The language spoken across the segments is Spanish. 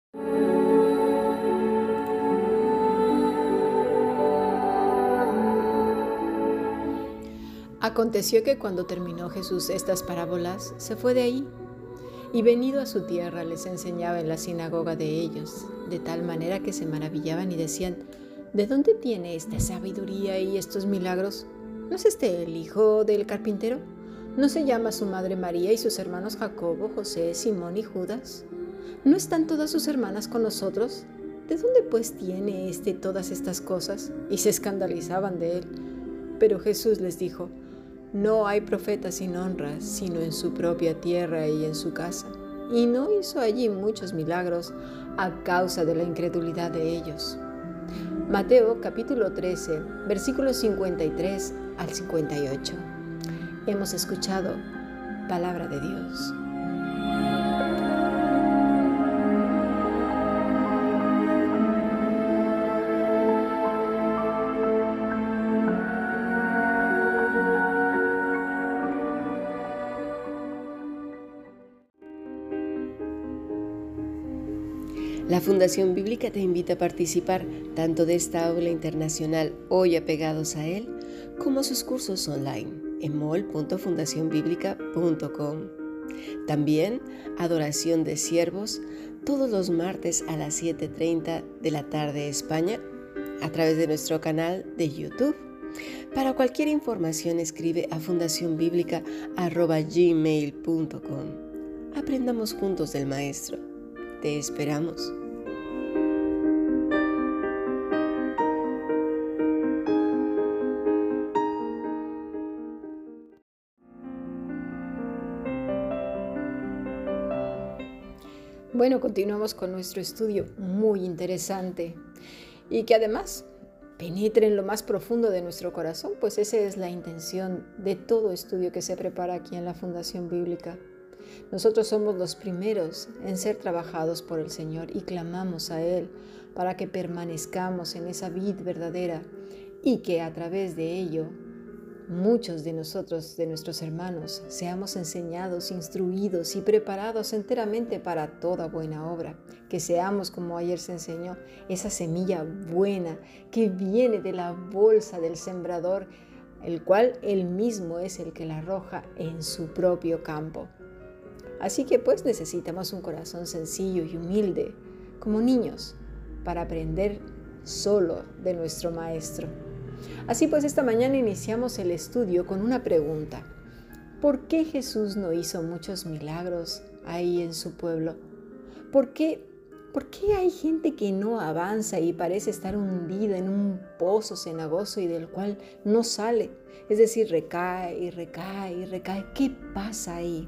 Aconteció que cuando terminó Jesús estas parábolas, se fue de ahí, y venido a su tierra les enseñaba en la sinagoga de ellos, de tal manera que se maravillaban y decían: ¿de dónde tiene esta sabiduría y estos milagros? ¿No es este el hijo del carpintero? ¿No se llama su madre María y sus hermanos Jacobo, José, Simón y Judas? ¿No están todas sus hermanas con nosotros? ¿De dónde pues tiene todas estas cosas? Y se escandalizaban de él. Pero Jesús les dijo: no hay profeta sin honra, sino en su propia tierra y en su casa. Y no hizo allí muchos milagros a causa de la incredulidad de ellos. Mateo capítulo 13, versículos 53 al 58. Hemos escuchado palabra de Dios. La Fundación Bíblica te invita a participar tanto de esta aula internacional Hoy Apegados a Él, como sus cursos online en mol.fundacionbiblica.com. También Adoración de Siervos todos los martes a las 7:30 de la tarde España a través de nuestro canal de YouTube. Para cualquier información escribe a fundacionbiblica@gmail.com. Aprendamos juntos del Maestro. Te esperamos. Bueno, continuamos con nuestro estudio muy interesante y que además penetre en lo más profundo de nuestro corazón, pues esa es la intención de todo estudio que se prepara aquí en la Fundación Bíblica. Nosotros somos los primeros en ser trabajados por el Señor y clamamos a Él para que permanezcamos en esa vid verdadera y que a través de ello muchos de nosotros, de nuestros hermanos, seamos enseñados, instruidos y preparados enteramente para toda buena obra. Que seamos, como ayer se enseñó, esa semilla buena que viene de la bolsa del sembrador, el cual él mismo es el que la arroja en su propio campo. Así que pues necesitamos un corazón sencillo y humilde, como niños, para aprender solo de nuestro Maestro. Así pues, esta mañana iniciamos el estudio con una pregunta. ¿Por qué Jesús no hizo muchos milagros ahí en su pueblo? ¿Por qué hay gente que no avanza y parece estar hundida en un pozo cenagoso y del cual no sale? Es decir, recae y recae y recae. ¿Qué pasa ahí?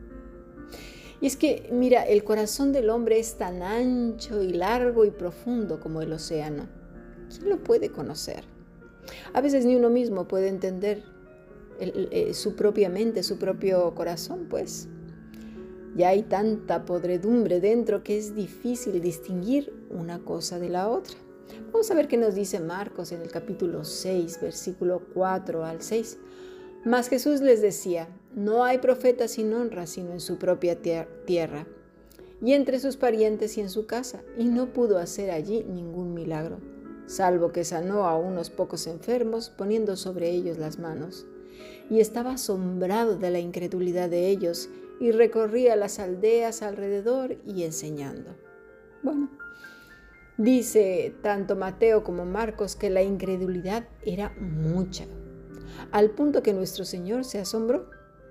Y es que, mira, el corazón del hombre es tan ancho y largo y profundo como el océano. ¿Quién lo puede conocer? A veces ni uno mismo puede entender su propia mente, su propio corazón, pues. Ya hay tanta podredumbre dentro que es difícil distinguir una cosa de la otra. Vamos a ver qué nos dice Marcos en el capítulo 6, versículo 4 al 6. Mas Jesús les decía: no hay profeta sin honra, sino en su propia tierra, y entre sus parientes y en su casa, y no pudo hacer allí ningún milagro, salvo que sanó a unos pocos enfermos, poniendo sobre ellos las manos. Y estaba asombrado de la incredulidad de ellos, y recorría las aldeas alrededor y enseñando. Bueno, dice tanto Mateo como Marcos que la incredulidad era mucha, al punto que nuestro Señor se asombró.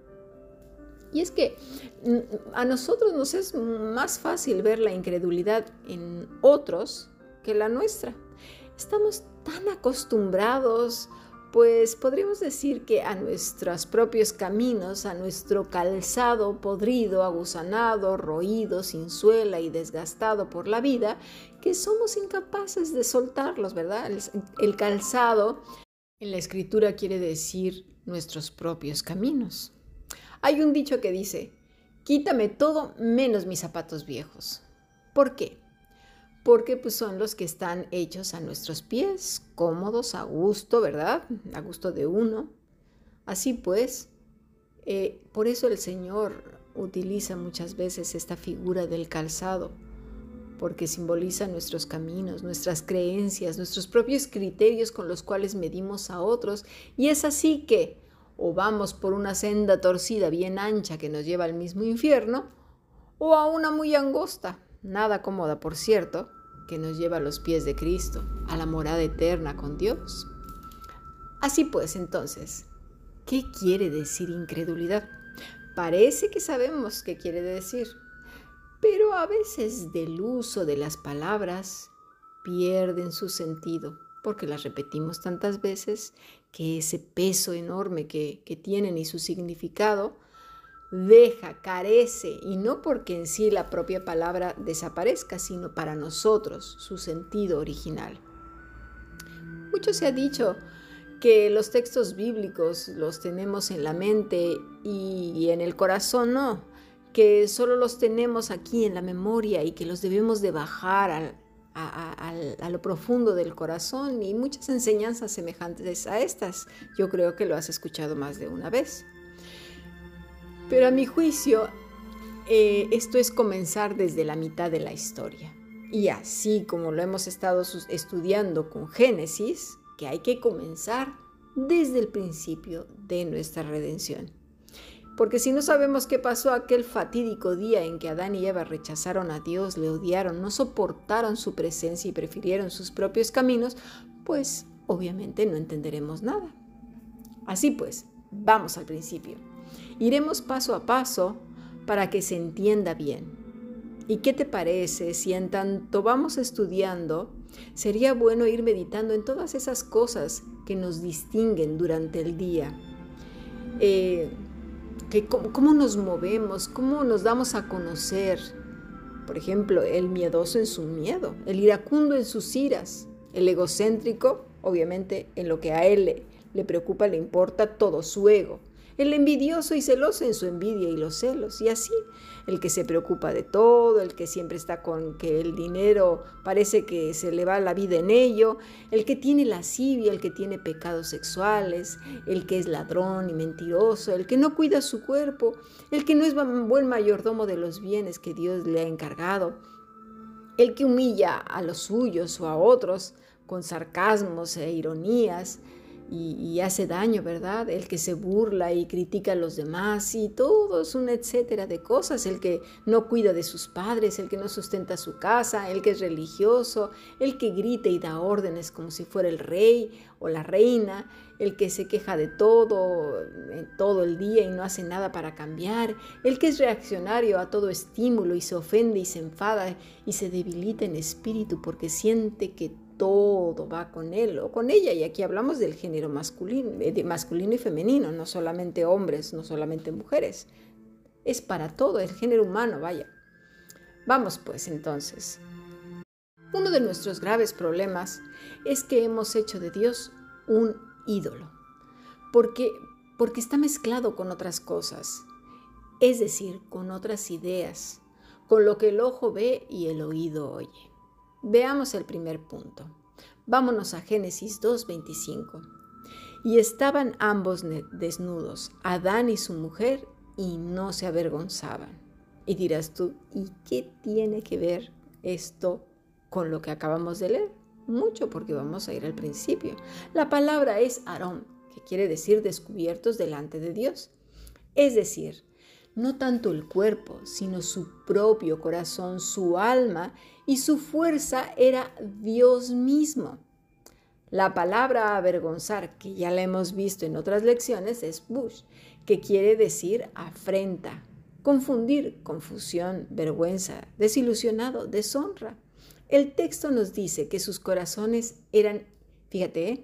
Y es que a nosotros nos es más fácil ver la incredulidad en otros que la nuestra. Estamos tan acostumbrados, pues podríamos decir que a nuestros propios caminos, a nuestro calzado podrido, agusanado, roído, sin suela y desgastado por la vida, que somos incapaces de soltarlos, ¿verdad? El calzado en la Escritura quiere decir nuestros propios caminos. Hay un dicho que dice: quítame todo menos mis zapatos viejos. ¿Por qué? Porque pues son los que están hechos a nuestros pies, cómodos, a gusto, ¿verdad? A gusto de uno. Así pues, por eso el Señor utiliza muchas veces esta figura del calzado, porque simboliza nuestros caminos, nuestras creencias, nuestros propios criterios con los cuales medimos a otros, y es así que o vamos por una senda torcida bien ancha que nos lleva al mismo infierno, o a una muy angosta, nada cómoda por cierto, que nos lleva a los pies de Cristo, a la morada eterna con Dios. Así pues, entonces, ¿qué quiere decir incredulidad? Parece que sabemos qué quiere decir, pero a veces del uso de las palabras pierden su sentido, porque las repetimos tantas veces que ese peso enorme que tienen y su significado carece, y no porque en sí la propia palabra desaparezca, sino para nosotros su sentido original. Mucho se ha dicho que los textos bíblicos los tenemos en la mente y en el corazón no, que solo los tenemos aquí en la memoria y que los debemos de bajar a lo profundo del corazón, y muchas enseñanzas semejantes a estas. Yo creo que lo has escuchado más de una vez. Pero a mi juicio, esto es comenzar desde la mitad de la historia. Y así como lo hemos estado estudiando con Génesis, que hay que comenzar desde el principio de nuestra redención. Porque si no sabemos qué pasó aquel fatídico día en que Adán y Eva rechazaron a Dios, le odiaron, no soportaron su presencia y prefirieron sus propios caminos, pues obviamente no entenderemos nada. Así pues, vamos al principio. Iremos paso a paso para que se entienda bien. ¿Y qué te parece si en tanto vamos estudiando, sería bueno ir meditando en todas esas cosas que nos distinguen durante el día? Cómo nos movemos, cómo nos damos a conocer. Por ejemplo, el miedoso en su miedo, el iracundo en sus iras, el egocéntrico, obviamente en lo que a él le preocupa, le importa todo su ego. El envidioso y celoso en su envidia y los celos, y así, el que se preocupa de todo, el que siempre está con que el dinero parece que se le va la vida en ello, el que tiene lascivia, el que tiene pecados sexuales, el que es ladrón y mentiroso, el que no cuida su cuerpo, el que no es buen mayordomo de los bienes que Dios le ha encargado, el que humilla a los suyos o a otros con sarcasmos e ironías, y hace daño, ¿verdad? El que se burla y critica a los demás, y todo es un etcétera de cosas. El que no cuida de sus padres, el que no sustenta su casa, el que es religioso, el que grita y da órdenes como si fuera el rey o la reina, el que se queja de todo el día y no hace nada para cambiar, el que es reaccionario a todo estímulo y se ofende y se enfada y se debilita en espíritu porque siente que todo va con él o con ella, y aquí hablamos del género masculino y femenino, no solamente hombres, no solamente mujeres, es para todo el género humano, vaya. Vamos pues entonces. Uno de nuestros graves problemas es que hemos hecho de Dios un ídolo, porque está mezclado con otras cosas, es decir, con otras ideas, con lo que el ojo ve y el oído oye. Veamos el primer punto. Vámonos a Génesis 2:25. Y estaban ambos desnudos, Adán y su mujer, y no se avergonzaban. Y dirás tú, ¿y qué tiene que ver esto con lo que acabamos de leer? Mucho, porque vamos a ir al principio. La palabra es Aarón, que quiere decir descubiertos delante de Dios. Es decir, no tanto el cuerpo, sino su propio corazón, su alma y su fuerza era Dios mismo. La palabra avergonzar, que ya la hemos visto en otras lecciones, es bush, que quiere decir afrenta, confundir, confusión, vergüenza, desilusionado, deshonra. El texto nos dice que sus corazones eran, fíjate,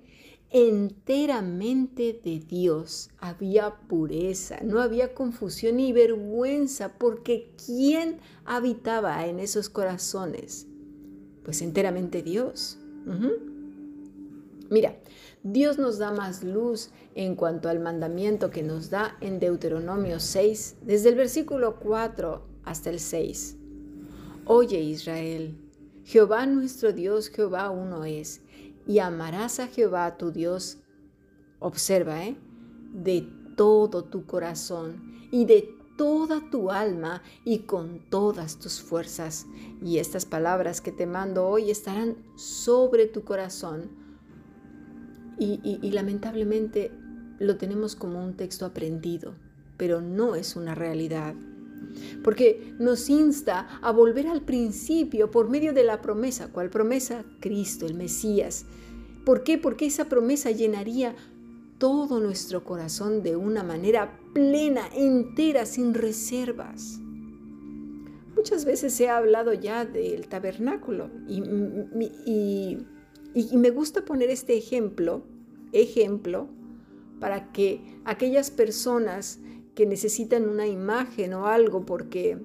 enteramente de Dios. Había pureza, no había confusión ni vergüenza, porque ¿quién habitaba en esos corazones? Pues enteramente Dios. Mira, Dios nos da más luz en cuanto al mandamiento que nos da en Deuteronomio 6, desde el versículo 4 hasta el 6. Oye Israel, Jehová nuestro Dios, Jehová uno es, y amarás a Jehová tu Dios, observa, de todo tu corazón y de toda tu alma y con todas tus fuerzas. Y estas palabras que te mando hoy estarán sobre tu corazón. Y lamentablemente lo tenemos como un texto aprendido, pero no es una realidad. Porque nos insta a volver al principio por medio de la promesa. ¿Cuál promesa? Cristo, el Mesías. ¿Por qué? Porque esa promesa llenaría todo nuestro corazón de una manera plena, entera, sin reservas. Muchas veces se ha hablado ya del tabernáculo y me gusta poner este ejemplo para que aquellas personas que necesitan una imagen o algo porque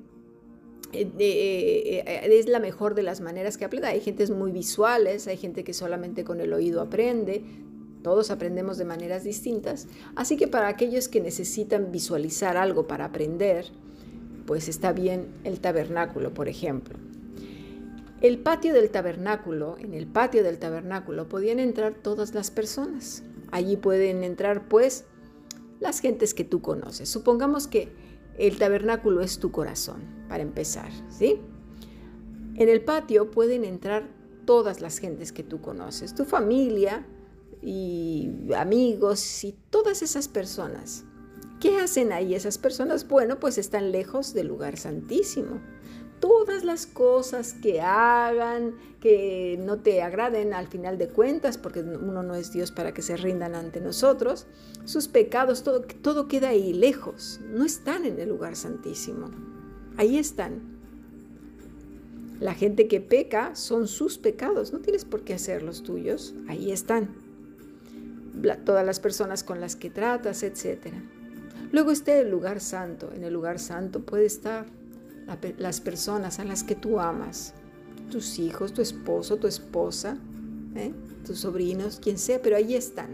es la mejor de las maneras que aprende. Hay gentes muy visuales, hay gente que solamente con el oído aprende. Todos aprendemos de maneras distintas, así que para aquellos que necesitan visualizar algo para aprender, pues está bien el tabernáculo, por ejemplo. En el patio del tabernáculo podían entrar todas las personas. Allí pueden entrar, pues, las gentes que tú conoces. Supongamos que el tabernáculo es tu corazón, para empezar, ¿sí? En el patio pueden entrar todas las gentes que tú conoces, tu familia, y amigos y todas esas personas. ¿Qué hacen ahí esas personas? Bueno, pues están lejos del lugar santísimo. Todas las cosas que hagan, que no te agraden al final de cuentas, porque uno no es Dios para que se rindan ante nosotros, sus pecados, todo queda ahí lejos. No están en el lugar santísimo. Ahí están. La gente que peca son sus pecados. No tienes por qué hacer los tuyos. Ahí están. Todas las personas con las que tratas, etc. Luego está el lugar santo. En el lugar santo puede estar las personas a las que tú amas, tus hijos, tu esposo, tu esposa, tus sobrinos, quien sea, pero ahí están.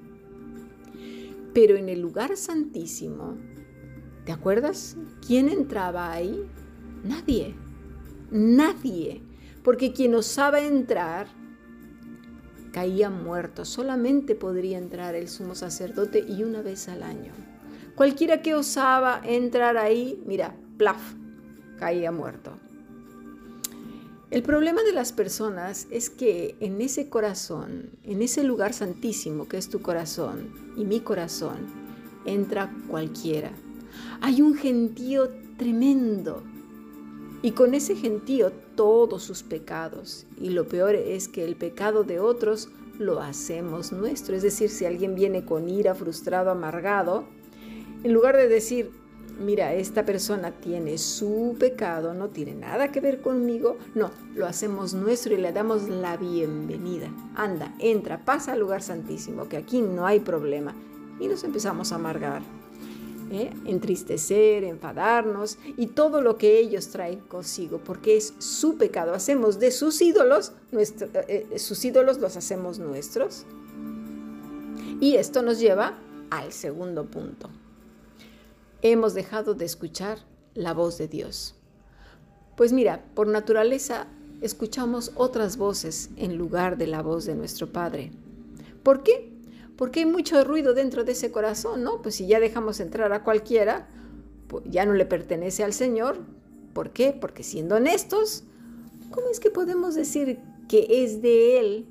Pero en el lugar santísimo, ¿te acuerdas quién entraba ahí? Nadie, porque quien osaba entrar caía muerto. Solamente podría entrar el sumo sacerdote y una vez al año. Cualquiera que osaba entrar ahí, mira, plaf, caía muerto. El problema de las personas es que en ese corazón, en ese lugar santísimo que es tu corazón y mi corazón, entra cualquiera. Hay un gentío tremendo. Y con ese gentío todos sus pecados. Y lo peor es que el pecado de otros lo hacemos nuestro. Es decir, si alguien viene con ira, frustrado, amargado, en lugar de decir, mira, esta persona tiene su pecado, no tiene nada que ver conmigo, no, lo hacemos nuestro y le damos la bienvenida. Anda, entra, pasa al lugar santísimo, que aquí no hay problema. Y nos empezamos a amargar. Entristecer, enfadarnos y todo lo que ellos traen consigo, porque es su pecado. Hacemos de sus ídolos, sus ídolos los hacemos nuestros. Y esto nos lleva al segundo punto. Hemos dejado de escuchar la voz de Dios. Pues mira, por naturaleza escuchamos otras voces en lugar de la voz de nuestro Padre. ¿Por qué? Porque hay mucho ruido dentro de ese corazón, ¿no? Pues si ya dejamos entrar a cualquiera, pues ya no le pertenece al Señor. ¿Por qué? Porque siendo honestos, ¿cómo es que podemos decir que es de Él,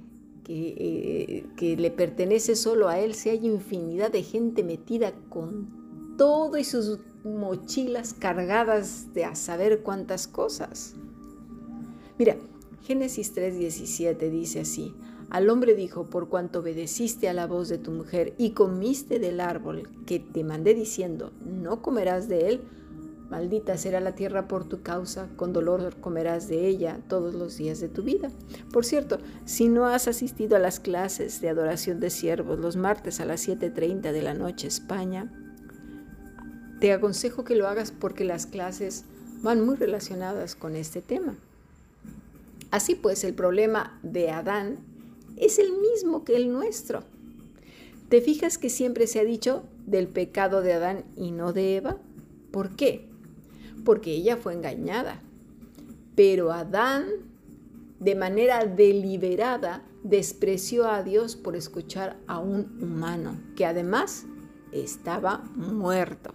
que le pertenece solo a Él, si hay infinidad de gente metida con todo y sus mochilas cargadas de a saber cuántas cosas? Mira, Génesis 3:17 dice así: al hombre dijo, por cuanto obedeciste a la voz de tu mujer y comiste del árbol que te mandé diciendo, no comerás de él, maldita será la tierra por tu causa, con dolor comerás de ella todos los días de tu vida. Por cierto, si no has asistido a las clases de adoración de siervos los martes a las 7:30 de la noche, España, te aconsejo que lo hagas porque las clases van muy relacionadas con este tema. Así pues, el problema de Adán es el mismo que el nuestro. ¿Te fijas que siempre se ha dicho del pecado de Adán y no de Eva? ¿Por qué? Porque ella fue engañada. Pero Adán, de manera deliberada, despreció a Dios por escuchar a un humano, que además estaba muerto.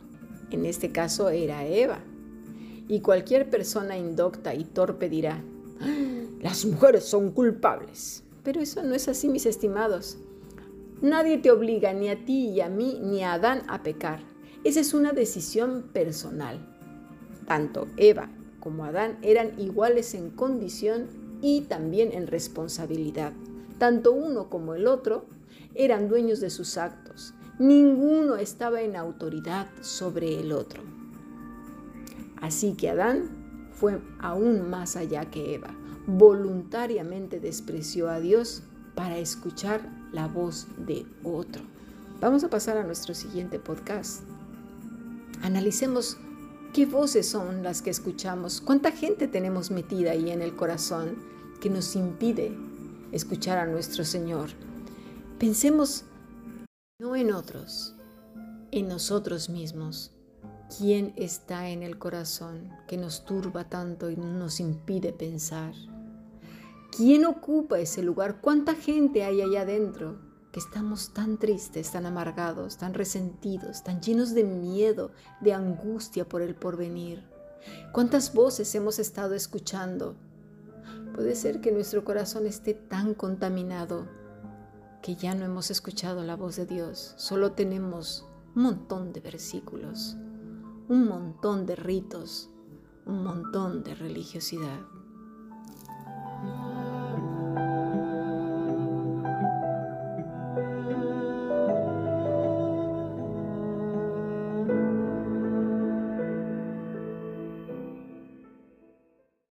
En este caso era Eva. Y cualquier persona indocta y torpe dirá, las mujeres son culpables. Pero eso no es así, mis estimados. Nadie te obliga ni a ti y a mí ni a Adán a pecar. Esa es una decisión personal. Tanto Eva como Adán eran iguales en condición y también en responsabilidad. Tanto uno como el otro eran dueños de sus actos. Ninguno estaba en autoridad sobre el otro. Así que Adán fue aún más allá que Eva. Voluntariamente despreció a Dios para escuchar la voz de otro. Vamos a pasar a nuestro siguiente podcast. Analicemos qué voces son las que escuchamos, cuánta gente tenemos metida ahí en el corazón que nos impide escuchar a nuestro Señor. Pensemos no en otros, en nosotros mismos. ¿Quién está en el corazón que nos turba tanto y nos impide pensar? ¿Quién ocupa ese lugar? ¿Cuánta gente hay allá adentro que estamos tan tristes, tan amargados, tan resentidos, tan llenos de miedo, de angustia por el porvenir? ¿Cuántas voces hemos estado escuchando? Puede ser que nuestro corazón esté tan contaminado que ya no hemos escuchado la voz de Dios. Solo tenemos un montón de versículos, un montón de ritos, un montón de religiosidad.